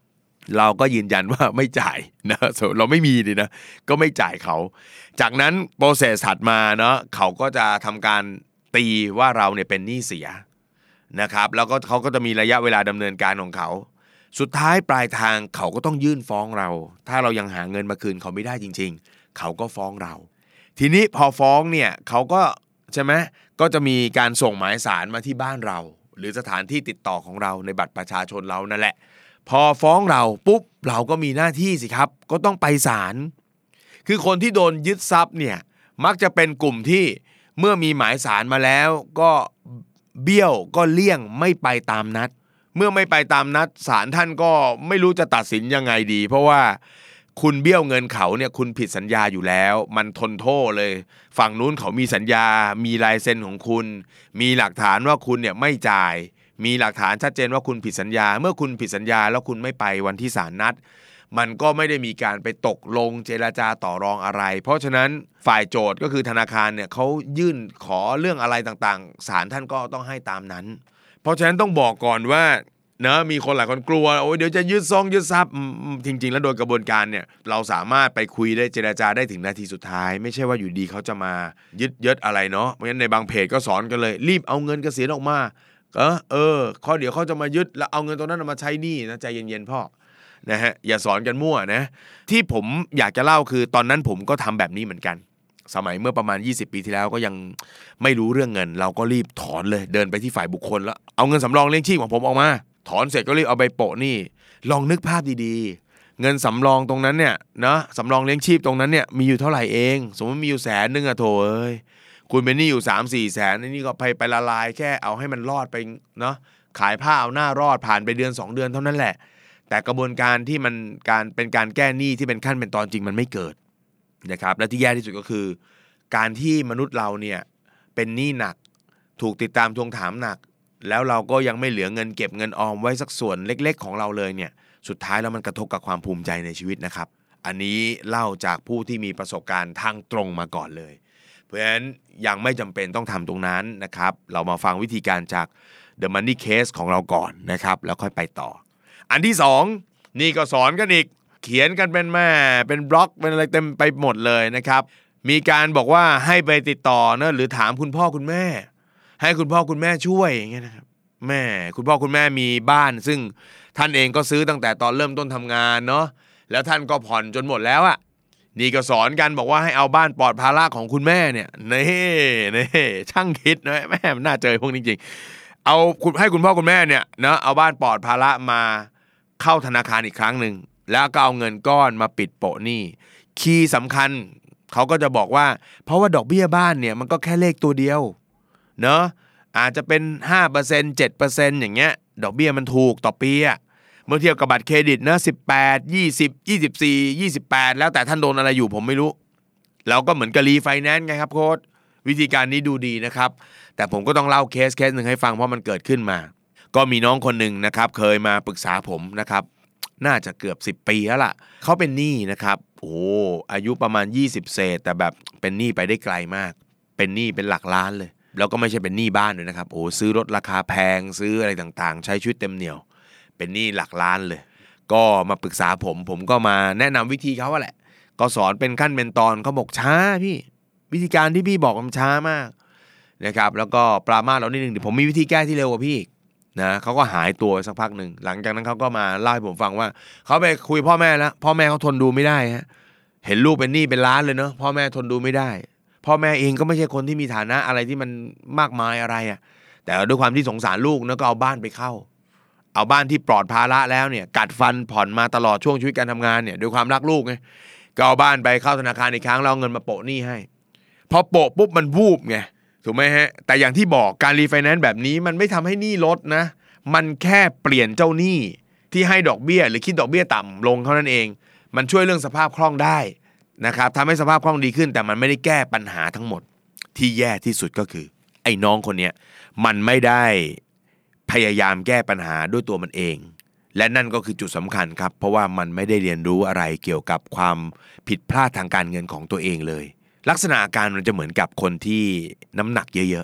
เราก็ยืนยันว่าไม่จ่ายนะเราไม่มีเลยนะก็ไม่จ่ายเขาจากนั้นโปรเซสถัดมาเนาะเขาก็จะทำการตีว่าเราเนี่ยเป็นหนี้เสียนะครับแล้วก็เขาก็จะมีระยะเวลาดำเนินการของเขาสุดท้ายปลายทางเขาก็ต้องยื่นฟ้องเราถ้าเรายังหาเงินมาคืนเขาไม่ได้จริงๆเขาก็ฟ้องเราทีนี้พอฟ้องเนี่ยเขาก็ใช่ไหมก็จะมีการส่งหมายสารมาที่บ้านเราหรือสถานที่ติดต่อของเราในบัตรประชาชนเรานั่นแหละพอฟ้องเราปุ๊บเราก็มีหน้าที่สิครับก็ต้องไปศาลคือคนที่โดนยึดทรัพย์เนี่ยมักจะเป็นกลุ่มที่เมื่อมีหมายสารมาแล้วก็เบี้ยวก็เลี่ยงไม่ไปตามนัดเมื่อไม่ไปตามนัดศาลท่านก็ไม่รู้จะตัดสินยังไงดีเพราะว่าคุณเบี้ยวเงินเขาเนี่ยคุณผิดสัญญาอยู่แล้วมันทนโทษเลยฝั่งนู้นเขามีสัญญามีลายเซ็นของคุณมีหลักฐานว่าคุณเนี่ยไม่จ่ายมีหลักฐานชัดเจนว่าคุณผิดสัญญาเมื่อคุณผิดสัญญาแล้วคุณไม่ไปวันที่ศาลนัดมันก็ไม่ได้มีการไปตกลงเจรจาต่อรองอะไรเพราะฉะนั้นฝ่ายโจทก์ก็คือธนาคารเนี่ยเขายื่นขอเรื่องอะไรต่างๆศาลท่านก็ต้องให้ตามนั้นเพราะฉะนั้นต้องบอกก่อนว่านะมีคนหลายคนกลัวโอ้ยเดี๋ยวจะยึดทรัพย์จริงๆแล้วโดยกระบวนการเนี่ยเราสามารถไปคุยได้เจรจาได้ถึงนาทีสุดท้ายไม่ใช่ว่าอยู่ดีเขาจะมายึดอะไรเนาะเพราะฉะนั้นในบางเพจก็สอนกันเลยรีบเอาเงินเกษียณออกมาข้อเดี๋ยวเขาจะมายึดแล้วเอาเงินตรงนั้นมาใช้หนี้นะใจเย็นๆพ่อนะฮะอย่าสอนกันมั่วนะที่ผมอยากจะเล่าคือตอนนั้นผมก็ทำแบบนี้เหมือนกันสมัยเมื่อประมาณ20ปีที่แล้วก็ยังไม่รู้เรื่องเงินเราก็รีบถอนเลยเดินไปที่ฝ่ายบุคคลแล้วเอาเงินสำรองเลี้ยงชีพของผมออกมาถอนเสร็จก็รีบเอาไปโปะหนี้ลองนึกภาพดีๆเงินสำรองตรงนั้นเนี่ยนะสำรองเลี้ยงชีพตรงนั้นเนี่ยมีอยู่เท่าไหร่เองสมมติมีอยู่100,000อะโถเอ้ยคุณเป็นหนี้อยู่ 3-4 แสนนี่ก็ไปละลายแค่เอาให้มันรอดไปเนาะขายผ้าเอาหน้ารอดผ่านไปเดือน2เดือนเท่านั้นแหละแต่กระบวนการที่มันเป็นการแก้หนี้ที่เป็นขั้นเป็นตอนจริงมันไม่เกิดนะครับและที่แย่ที่สุดก็คือการที่มนุษย์เราเนี่ยเป็นหนี้หนักถูกติดตามทวงถามหนักแล้วเราก็ยังไม่เหลือเงินเก็บเงินออมไว้สักส่วนเล็กๆของเราเลยเนี่ยสุดท้ายแล้วมันกระทบกับความภูมิใจในชีวิตนะครับอันนี้เล่าจากผู้ที่มีประสบการณ์ทางตรงมาก่อนเลยเพราะฉะนั้นยังไม่จำเป็นต้องทำตรงนั้นนะครับเรามาฟังวิธีการจาก The Money Case ของเราก่อนนะครับแล้วค่อยไปต่ออันที่2นี่ก็สอนกันอีกเขียนกันเป็นแม่เป็นบล็อกเป็นอะไรเต็มไปหมดเลยนะครับมีการบอกว่าให้ไปติดต่อนะหรือถามคุณพ่อคุณแม่ให้คุณพ่อคุณแม่ช่วยอย่างเงี้ยนะครับแม่คุณพ่อคุณแม่มีบ้านซึ่งท่านเองก็ซื้อตั้งแต่ตอนเริ่มต้นทำงานเนาะแล้วท่านก็ผ่อนจนหมดแล้วอ่ะนี่ก็สอนกันบอกว่าให้เอาบ้านปลอดภาระของคุณแม่เนี่ยนี่ช่างคิดนะแม่มันน่าเจอพวกนี้จริงเอาให้คุณพ่อคุณแม่เนี่ยนะเอาบ้านปลอดภาระมาเข้าธนาคารอีกครั้งนึงแล้วก็เอาเงินก้อนมาปิดโปะหนี้คีย์สำคัญเขาก็จะบอกว่าเพราะว่าดอกเบี้ยบ้านเนี่ยมันก็แค่เลขตัวเดียวเนาะอาจจะเป็น 5% 7% อย่างเงี้ยดอกเบี้ยมันถูกต่อปีอ่ะเมื่อเทียบกับบัตรเครดิตนะ18 20 24 28แล้วแต่ท่านโดนอะไรอยู่ผมไม่รู้เราก็เหมือนกับรีไฟแนนซ์ไงครับโค้ชวิธีการนี้ดูดีนะครับแต่ผมก็ต้องเล่าเคสนึงให้ฟังเพราะมันเกิดขึ้นมาก็มีน้องคนหนึ่งนะครับเคยมาปรึกษาผมนะครับน่าจะเกือบ10ปีแล้วล่ะเขาเป็นหนี้นะครับโอ้อายุประมาณ20เศษแต่แบบเป็นหนี้ไปได้ไกลมากเป็นหนี้เป็นหลักล้านเลยแล้วก็ไม่ใช่เป็นหนี้บ้านด้วยนะครับโอ้ซื้อรถราคาแพงซื้ออะไรต่างๆใช้ชีวิตเต็มเหนี่ยวเป็นหนี้หลักล้านเลยก็มาปรึกษาผมก็มาแนะนำวิธีเขาแหละก็สอนเป็นขั้นเป็นตอนเขาบอกช้าพี่วิธีการที่พี่บอกมันช้ามากนะครับแล้วก็ปรามาสเรานิดนึงเดี๋ยวผมมีวิธีแก้ที่เร็วกว่าพี่นะเขาก็หายตัวสักพักหนึ่งหลังจากนั้นเขาก็มาเล่าให้ผมฟังว่าเขาไปคุยพ่อแม่แล้วพ่อแม่เขาทนดูไม่ได้ฮะเห็นลูกเป็นหนี้เป็นล้านเลยเนาะพ่อแม่ทนดูไม่ได้พ่อแม่เองก็ไม่ใช่คนที่มีฐานะอะไรที่มันมากมายอะไรอ่ะแต่ด้วยความที่สงสารลูกนะก็เอาบ้านไปเข้าเอาบ้านที่ปลอดภาระแล้วเนี่ยกัดฟันผ่อนมาตลอดช่วงชีวิตการทำงานเนี่ยด้วยความรักลูกไงก็เอาบ้านไปเข้าธนาคารอีกครั้งแล้วเอาเงินมาโปะหนี้ให้พอโปะปุ๊บมันวูบไงถูกไหมฮะแต่อย่างที่บอกการรีไฟแนนซ์แบบนี้มันไม่ทำให้หนี้ลดนะมันแค่เปลี่ยนเจ้าหนี้ที่ให้ดอกเบี้ยหรือคิดดอกเบี้ยต่ำลงเท่านั้นเองมันช่วยเรื่องสภาพคล่องได้นะครับทำให้สภาพคล่องดีขึ้นแต่มันไม่ได้แก้ปัญหาทั้งหมดที่แย่ที่สุดก็คือไอ้น้องคนเนี้ยมันไม่ได้พยายามแก้ปัญหาด้วยตัวมันเองและนั่นก็คือจุดสำคัญครับเพราะว่ามันไม่ได้เรียนรู้อะไรเกี่ยวกับความผิดพลาดทางการเงินของตัวเองเลยลักษณะอาการมันจะเหมือนกับคนที่น้ำหนักเยอะ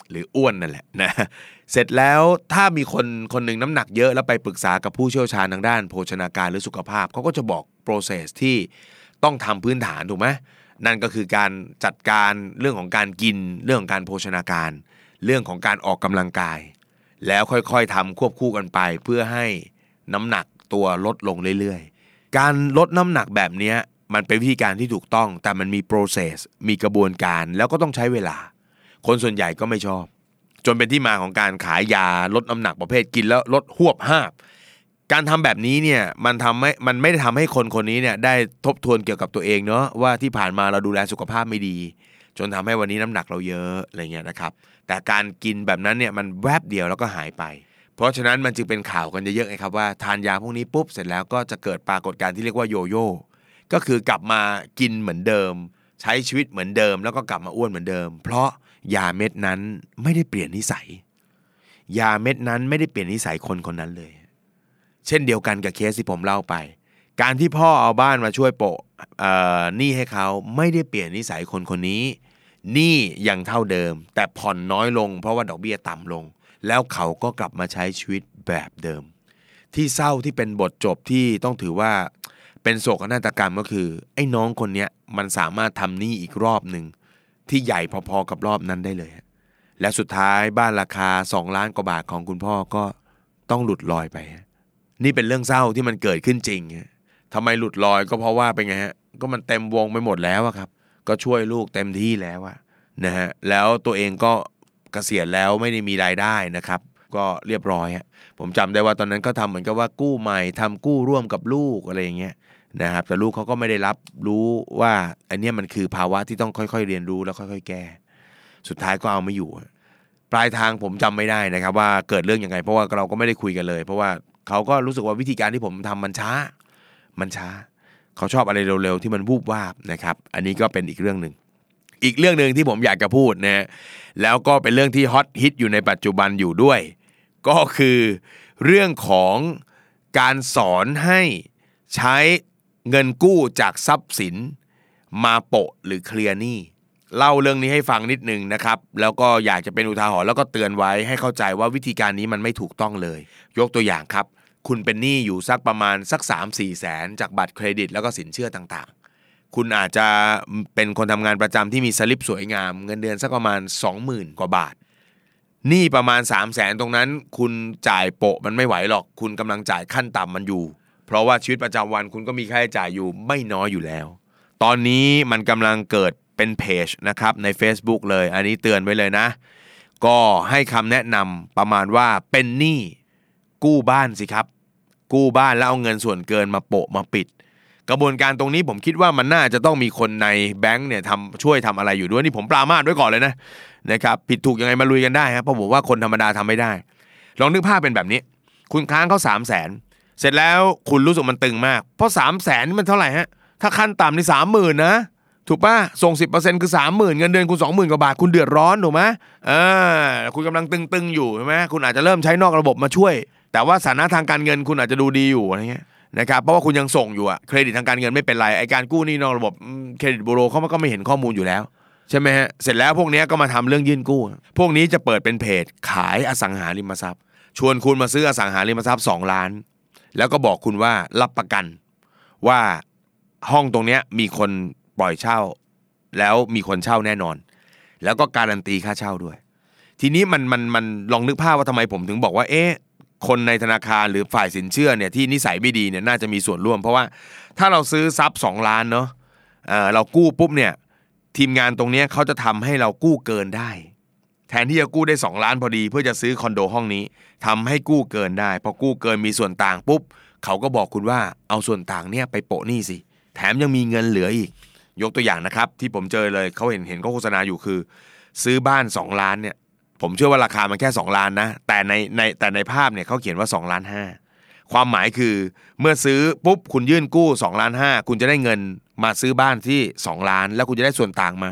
หรืออ้วนนั่นแหละนะเสร็จแล้วถ้ามีคนหนึ่งน้ำหนักเยอะแล้วไปปรึกษากับผู้เชี่ยวชาญทางด้านโภชนาการหรือสุขภาพเขาก็จะบอก process ที่ต้องทำพื้นฐานถูกไหมนั่นก็คือการจัดการเรื่องของการกินเรื่องของการโภชนาการเรื่องของการออกกำลังกายแล้วค่อยๆทำควบคู่กันไปเพื่อให้น้ำหนักตัวลดลงเรื่อยๆการลดน้ำหนักแบบนี้มันเป็นวิธีการที่ถูกต้องแต่มันมี process มีกระบวนการแล้วก็ต้องใช้เวลาคนส่วนใหญ่ก็ไม่ชอบจนเป็นที่มาของการขายยาลดน้ำหนักประเภทกินแล้วลดหวบห้าบการทำแบบนี้เนี่ยมันไม่ได้ทำให้คนนี้เนี่ยได้ทบทวนเกี่ยวกับตัวเองเนาะว่าที่ผ่านมาเราดูแลสุขภาพไม่ดีจนทำให้วันนี้น้ำหนักเราเยอะอะไรเงี้ยนะครับแต่การกินแบบนั้นเนี่ยมันแวบเดียวแล้วก็หายไปเพราะฉะนั้นมันจึงเป็นข่าวกันเยอะๆไงครับว่าทานยาพวกนี้ปุ๊บเสร็จแล้วก็จะเกิดปรากฏการณ์ที่เรียกว่าโยโย่ก็คือกลับมากินเหมือนเดิมใช้ชีวิตเหมือนเดิมแล้วก็กลับมาอ้วนเหมือนเดิมเพราะยาเม็ดนั้นไม่ได้เปลี่ยนนิสัยยาเม็ดนั้นไม่ได้เปลี่ยนนิสัยคนคนนั้นเลยเช่นเดียวกันกับเคสที่ผมเล่าไปการที่พ่อเอาบ้านมาช่วยโปะหนี้ให้เขาไม่ได้เปลี่ยนนิสัยคนคนนี้หนี้ยังเท่าเดิมแต่ผ่อนน้อยลงเพราะว่าดอกเบี้ยต่ำลงแล้วเขาก็กลับมาใช้ชีวิตแบบเดิมที่เศร้าที่เป็นบทจบที่ต้องถือว่าเป็นโศกนาฏกรรมก็คือไอ้น้องคนนี้มันสามารถทำหนี้อีกรอบนึงที่ใหญ่พอๆกับรอบนั้นได้เลยและสุดท้ายบ้านราคา2 ล้านกว่าบาทของคุณพ่อก็ต้องหลุดลอยไปนี่เป็นเรื่องเศร้าที่มันเกิดขึ้นจริงทำไมหลุดลอยก็เพราะว่าเป็นไงฮะก็มันเต็มวงไปหมดแล้วครับก็ช่วยลูกเต็มที่แล้วนะฮะแล้วตัวเองก็เกษียณแล้วไม่ได้มีรายได้นะครับก็เรียบร้อยผมจำได้ว่าตอนนั้นก็ทำเหมือนกับว่ากู้ใหม่ทำกู้ร่วมกับลูกอะไรอย่างเงี้ยนะครับแต่ลูกเขาก็ไม่ได้รับรู้ว่าอันนี้มันคือภาวะที่ต้องค่อยๆเรียนรู้แล้วค่อยๆแก้สุดท้ายก็เอาไม่อยู่ปลายทางผมจำไม่ได้นะครับว่าเกิดเรื่องยังไงเพราะว่าเราก็ไม่ได้คุยกันเลยเพราะว่าเขาก็รู้สึกว่าวิธีการที่ผมทำมันช้าเขาชอบอะไรเร็วๆที่มันวูบวาบนะครับอันนี้ก็เป็นอีกเรื่องนึงที่ผมอยากจะพูดนะแล้วก็เป็นเรื่องที่ฮอตฮิตอยู่ในปัจจุบันอยู่ด้วยก็คือเรื่องของการสอนให้ใช้เงินกู้จากทรัพย์สินมาโปะหรือเคลียร์หนี้เล่าเรื่องนี้ให้ฟังนิดนึงนะครับแล้วก็อยากจะเป็นอุทาหรณ์แล้วก็เตือนไว้ให้เข้าใจว่าวิธีการนี้มันไม่ถูกต้องเลยยกตัวอย่างครับคุณเป็นหนี้อยู่สักประมาณสัก 3-4 แสนจากบัตรเครดิตแล้วก็สินเชื่อต่างๆคุณอาจจะเป็นคนทำงานประจำที่มีสลิปสวยงามเงินเดือนสักประมาณ 20,000 กว่าบาทหนี้ประมาณ 300,000 ตรงนั้นคุณจ่ายโปะมันไม่ไหวหรอกคุณกำลังจ่ายขั้นต่ำมันอยู่เพราะว่าชีวิตประจำวันคุณก็มีค่าใช้จ่ายอยู่ไม่น้อยอยู่แล้วตอนนี้มันกำลังเกิดเป็นเพจนะครับใน Facebook เลยอันนี้เตือนไว้เลยนะก็ให้คำแนะนำประมาณว่าเป็นหนี้กู้บ้านสิครับกู้บ้านแล้วเอาเงินส่วนเกินมาโปะมาปิดกระบวนการตรงนี้ผมคิดว่ามันน่าจะต้องมีคนในแบงค์เนี่ยช่วยทำอะไรอยู่ด้วยนี่ผมปรามาสไว้ก่อนเลยนะครับผิดถูกยังไงมาลุยกันได้ครับเพราะผมว่าคนธรรมดาทำไม่ได้ลองนึกภาพเป็นแบบนี้คุณค้างเขา 300,000 เสร็จแล้วคุณรู้สึกมันตึงมากเพราะ 300,000 นี่มันเท่าไหร่ฮะถ้าขั้นต่ำนี่ 30,000 นะถูกป่ะส่ง 10% คือ 30,000 เงินเดือนคุณ 20,000 กว่าบาทคุณเดือดร้อนถูกไหมคุณกำลังตึงๆอยู่ใช่ไหมคุณอาจจะเริ่มใช้นอกระบบมาช่วยแต่ว่าสถานะทางการเงินคุณอาจจะดูดีอยู่อะไรเงี้ยนะครับเพราะว่าคุณยังส่งอยู่เครดิตทางการเงินไม่เป็นไรไอ้การกู้หนี้นอกระบบเครดิตบูโรเขาก็ไม่เห็นข้อมูลอยู่แล้วใช่ไหมฮะเสร็จแล้วพวกนี้ก็มาทำเรื่องยื่นกู้พวกนี้จะเปิดเป็นเพจขายอสังหาริมทรัพย์ชวนคุณมาซื้ออสังหาริมทรัพย์2 ล้านแล้วก็บอกคุณว่ารับประกันว่าห้องตรงนี้มีคนปล่อยเช่าแล้วมีคนเช่าแน่นอนแล้วก็การันตีค่าเช่าด้วยทีนี้มันลองนึกภาพว่าทำไมผมถึงบอกว่าคนในธนาคารหรือฝ่ายสินเชื่อเนี่ยที่นิสัยไม่ดีเนี่ยน่าจะมีส่วนร่วมเพราะว่าถ้าเราซื้อทรัพย์2 ล้านเนาะเรากู้ปุ๊บเนี่ยทีมงานตรงนี้เขาจะทำให้เรากู้เกินได้แทนที่จะกู้ได้2 ล้านพอดีเพื่อจะซื้อคอนโดห้องนี้ทำให้กู้เกินได้พอกู้เกินมีส่วนต่างปุ๊บเขาก็บอกคุณว่าเอาส่วนต่างเนี่ยไปโปะหนี้สิแถมยังมีเงินเหลืออีกยกตัวอย่างนะครับที่ผมเจอเลยเขาเห็นเขาโฆษณาอยู่คือซื้อบ้าน2 ล้านเนี่ยผมเชื่อว่าราคามันแค่2 ล้านนะแต่ในภาพเนี่ยเขาเขียนว่า2.5 ล้านความหมายคือเมื่อซื้อปุ๊บคุณยื่นกู้2.5 ล้านคุณจะได้เงินมาซื้อบ้านที่2 ล้านแล้วคุณจะได้ส่วนต่างมา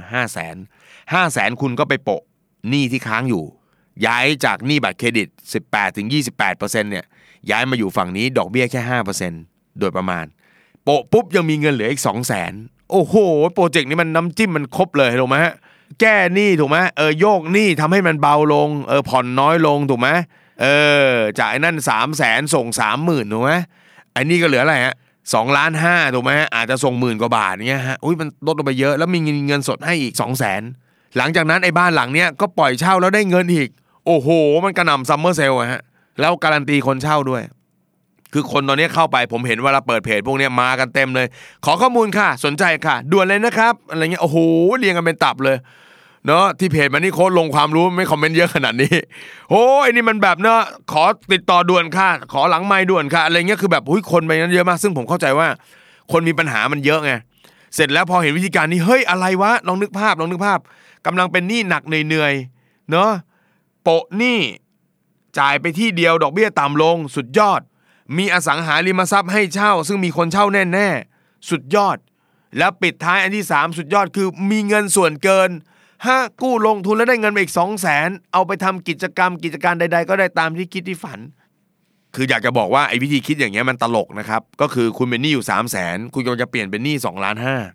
500,000คุณก็ไปโปะหนี้ที่ค้างอยู่ย้ายจากหนี้บัตรเครดิต 18-28% เนี่ยย้ายมาอยู่ฝั่งนี้ดอกเบี้ยแค่ 5% โดยประมาณโปะปุ๊บยังมีเงินเหลืออีก 200,000 โอ้โหโปรเจกต์นี้มันน้ำจิ้มมันครบเลยถูกไหมฮะแก้หนี้ถูกไหมโยกหนี้ทำให้มันเบาลงผ่อนน้อยลงถูกไหมจากไอ้นั่น300,000ส่ง 30,000 ถูกไหมไอ้นี่ก็เหลืออะไรฮะ2.5 ล้านถูกไหมอาจจะส่ง10,000 กว่าบาทเงี้ยฮะมันลดลงไปเยอะแล้วมีเงินสดให้อีก 200,000 หลังจากนั้นไอ้บ้านหลังเนี้ยก็ปล่อยเช่าแล้วได้เงินอีกโอ้โหมันกระหน่ำซัมเมอร์เซลล์ฮะแล้วการันตีคนเช่าด้วยคือคนตอนนี้เข้าไปผมเห็นเวลาเปิดเพจพวกนี้มากันเต็มเลยขอข้อมูลค่ะสนใจค่ะด่วนเลยนะครับอะไรเงี้ยโอ้โหเรียงกันเป็นตับเลยเนาะที่เพจมันนี่โค้ดลงความรู้ไม่คอมเมนต์เยอะขนาดนี้โอ้ยนี่มันแบบเนาะขอติดต่อด่วนค่ะขอหลังไมค์ด่วนค่ะอะไรเงี้ยคือแบบคนไปนั้นเยอะมากซึ่งผมเข้าใจว่าคนมีปัญหามันเยอะไงเสร็จแล้วพอเห็นวิธีการนี้เฮ้ยอะไรวะลองนึกภาพกำลังเป็นหนี้หนักเหนื่อยเนาะโปะหนี้จ่ายไปที่เดียวดอกเบี้ยต่ำลงสุดยอดมีอสังหาริมทรัพย์ให้เช่าซึ่งมีคนเช่าแน่ๆสุดยอดแล้วปิดท้ายอันที่3สุดยอดคือมีเงินส่วนเกินกู้ลงทุนแล้วได้เงินไปอีก 200,000 เอาไปทำกิจการใดๆก็ได้ตามที่คิดที่ฝันคืออยากจะบอกว่าไอ้วิธีคิดอย่างเงี้ยมันตลกนะครับก็คือคุณเป็นหนี้อยู่ 300,000 คุณกำลังจะเปลี่ยนเป็นหนี้2.5 ล้าน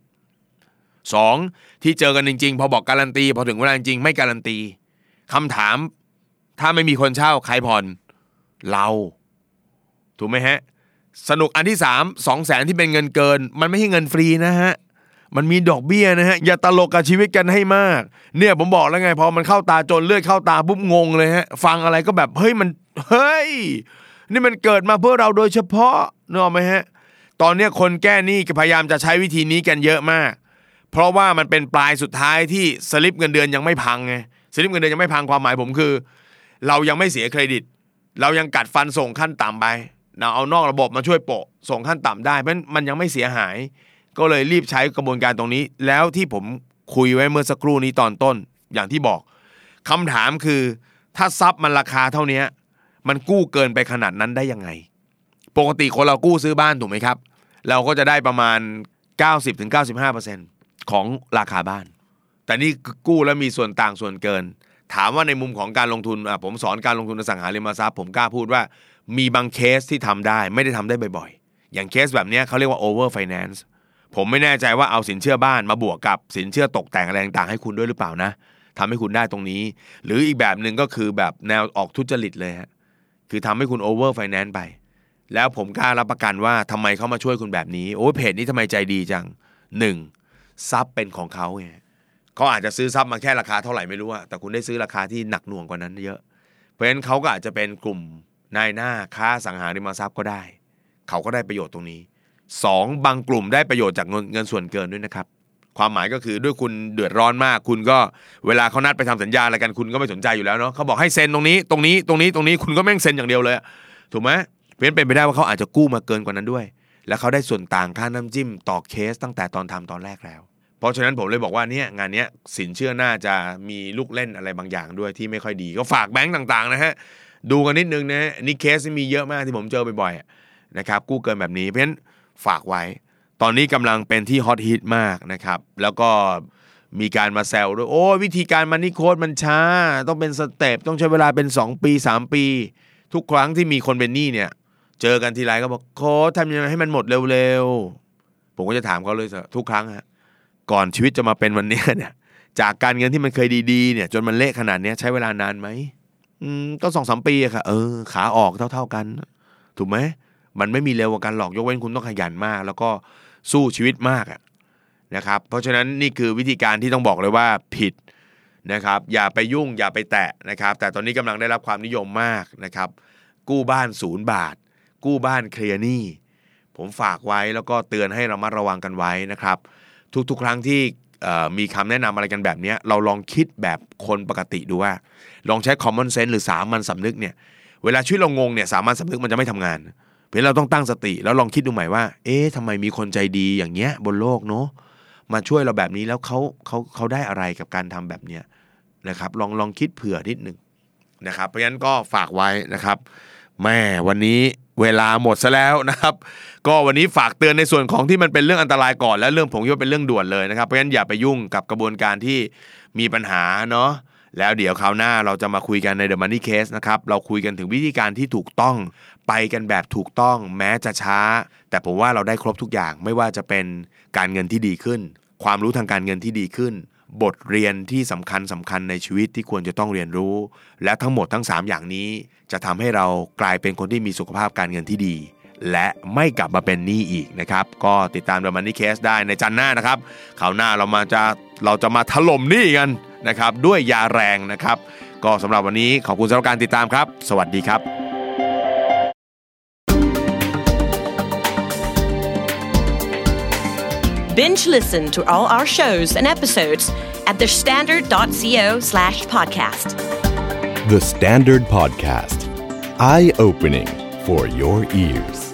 2ที่เจอกันจริงๆพอบอกการันตีพอถึงเวลาจริงไม่การันตีคำถามถ้าไม่มีคนเช่าใครผ่อนเราถูกไหมฮะสนุกอันที่3 200,000 ที่เป็นเงินเกินมันไม่ใช่เงินฟรีนะฮะมันมีดอกเบี้ยนะฮะอย่าตลกกับชีวิตกันให้มากเนี่ยผมบอกแล้วไงพอมันเข้าตาจนเลือดเข้าตาปุ๊บงงเลยฮะฟังอะไรก็แบบเฮ้ยนี่มันเกิดมาเพื่อเราโดยเฉพาะนึกออกไหมฮะตอนนี้คนแก้หนี้พยายามจะใช้วิธีนี้กันเยอะมากเพราะว่ามันเป็นปลายสุดท้ายที่สลิปเงินเดือนยังไม่พังไงสลิปเงินเดือนยังไม่พังความหมายผมคือเรายังไม่เสียเครดิตเรายังกัดฟันส่งขั้นต่ำไปเราเอานอกระบบมาช่วยโปะส่งขั้นต่ำได้เพราะมันยังไม่เสียหายก็เลยรีบใช้กระบวนการตรงนี้แล้วที่ผมคุยไว้เมื่อสักครู่นี้ตอนต้นอย่างที่บอกคำถามคือถ้าทรัพย์มันราคาเท่านี้มันกู้เกินไปขนาดนั้นได้ยังไงปกติคนเรากู้ซื้อบ้านถูกไหมครับเราก็จะได้ประมาณ 90-95% ของราคาบ้านแต่นี่กู้แล้วมีส่วนต่างส่วนเกินถามว่าในมุมของการลงทุนผมสอนการลงทุนอสังหาริมทรัพย์ผมกล้าพูดว่ามีบางเคสที่ทำได้ไม่ได้ทำได้บ่อยๆอย่างเคสแบบนี้เขาเรียกว่า over finance ผมไม่แน่ใจว่าเอาสินเชื่อบ้านมาบวกกับสินเชื่อตกแต่งอะไรต่างๆให้คุณด้วยหรือเปล่านะทำให้คุณได้ตรงนี้หรืออีกแบบนึงก็คือแบบแนวออกทุจริตเลยฮะคือทำให้คุณ over finance ไปแล้วผมกล้ารับประกันว่าทำไมเขามาช่วยคุณแบบนี้โอ้เพจนี้ทำไมใจดีจัง 1. ทรัพย์เป็นของเขาไงเขาอาจจะซื้อทรัพย์มาแค่ราคาเท่าไหร่ไม่รู้อะแต่คุณได้ซื้อราคาที่หนักหน่วงกว่านั้นเยอะเพราะฉะนั้นเขาก็อาจจะเป็นกลุ่มนายหน้าค้าสังหาริมทรัพย์ก็ได้เขาก็ได้ประโยชน์ตรงนี้ 2. บางกลุ่มได้ประโยชน์จากเงินส่วนเกินด้วยนะครับความหมายก็คือด้วยคุณเดือดร้อนมากคุณก็เวลาเขานัดไปทำสัญญาอะไรกันคุณก็ไม่สนใจอยู่แล้วเนาะเขาบอกให้เซ็นตรงนี้คุณก็แม่งเซ็นอย่างเดียวเลยถูกไหมเพราะฉะนั้นเป็นไปได้ว่าเขาอาจจะกู้มาเกินกว่านั้นด้วยแล้วเขาได้ส่วนต่างค่าน้ำจิ้มต่อเคสตั้งแต่ตอนทำตอนแรกแล้วเพราะฉะนั้นผมเลยบอกว่าเนี่ยงานนี้สินเชื่อน่าจะมีลูกเล่นอะไรบางอย่างด้วยที่ไม่ค่อยดีก็ฝากแบงก์ต่างๆนะฮะดูกันนิดนึงนะนี่เคสมีเยอะมากที่ผมเจอบ่อยๆนะครับกู้เกินแบบนี้เพราะฉะนั้นฝากไว้ตอนนี้กำลังเป็นที่ฮอตฮิตมากนะครับแล้วก็มีการมาแซวด้วยโอ้วิธีการมันนี่โค้ดมันช้าต้องเป็นสเต็ปต้องใช้เวลาเป็น2 ปี3 ปีทุกครั้งที่มีคนเป็นหนี้เนี่ยเจอกันทีไรก็บอกโค้ดทำยังไงให้มันหมดเร็วๆผมก็จะถามเขาเลยทุกครั้งฮะก่อนชีวิตจะมาเป็นวันนี้เนี่ยจากการเงินที่มันเคยดีๆเนี่ยจนมันเละขนาดนี้ใช้เวลานานไหมก็ 2-3 ปีอะค่ะขาออกเท่าๆกันถูกไหมมันไม่มีเร็วกว่ากันหรอกยกเว้นคุณต้องขยันมากแล้วก็สู้ชีวิตมากนะครับเพราะฉะนั้นนี่คือวิธีการที่ต้องบอกเลยว่าผิดนะครับอย่าไปยุ่งอย่าไปแตะนะครับแต่ตอนนี้กำลังได้รับความนิยมมากนะครับกู้บ้าน0 บาทกู้บ้านเคลียร์หนี้ผมฝากไว้แล้วก็เตือนให้ระมัดระวังกันไว้นะครับทุกๆครั้งที่มีคำแนะนำอะไรกันแบบนี้เราลองคิดแบบคนปกติดูว่าลองใช้ common sense หรือสามัญสำนึกเนี่ยเวลาชีวิตเรางงเนี่ยสามัญสำนึกมันจะไม่ทำงานเพราะเราต้องตั้งสติแล้วลองคิดดูใหม่ว่าทำไมมีคนใจดีอย่างเงี้ยบนโลกเนาะมาช่วยเราแบบนี้แล้วเขาได้อะไรกับการทำแบบเนี้ยนะครับลองคิดเผื่อนิดนึงนะครับเพราะฉะนั้นก็ฝากไว้นะครับแม่วันนี้เวลาหมดซะแล้วนะครับก็วันนี้ฝากเตือนในส่วนของที่มันเป็นเรื่องอันตรายก่อนและเรื่องผมคิดว่าเป็นเรื่องด่วนเลยนะครับเพราะฉะนั้นอย่าไปยุ่งกับกระบวนการที่มีปัญหาเนาะแล้วเดี๋ยวคราวหน้าเราจะมาคุยกันใน The Money Case นะครับเราคุยกันถึงวิธีการที่ถูกต้องไปกันแบบถูกต้องแม้จะช้าแต่ผมว่าเราได้ครบทุกอย่างไม่ว่าจะเป็นการเงินที่ดีขึ้นความรู้ทางการเงินที่ดีขึ้นบทเรียนที่สำคัญในชีวิตที่ควรจะต้องเรียนรู้และทั้งหมดทั้ง3อย่างนี้จะทำให้เรากลายเป็นคนที่มีสุขภาพการเงินที่ดีและไม่กลับมาเป็นหนี้อีกนะครับก็ติดตาม The Money Case ได้ในจันทร์หน้านะครับคราวหน้าเราจะมาถล่มหนี้กันนะครับด้วยยาแรงนะครับก็สำหรับวันนี้ขอบคุณสำหรับการติดตามครับสวัสดีครับ Binge listen to all our shows and episodes at thestandard.co/podcast. The Standard Podcast. Eye-opening for your ears.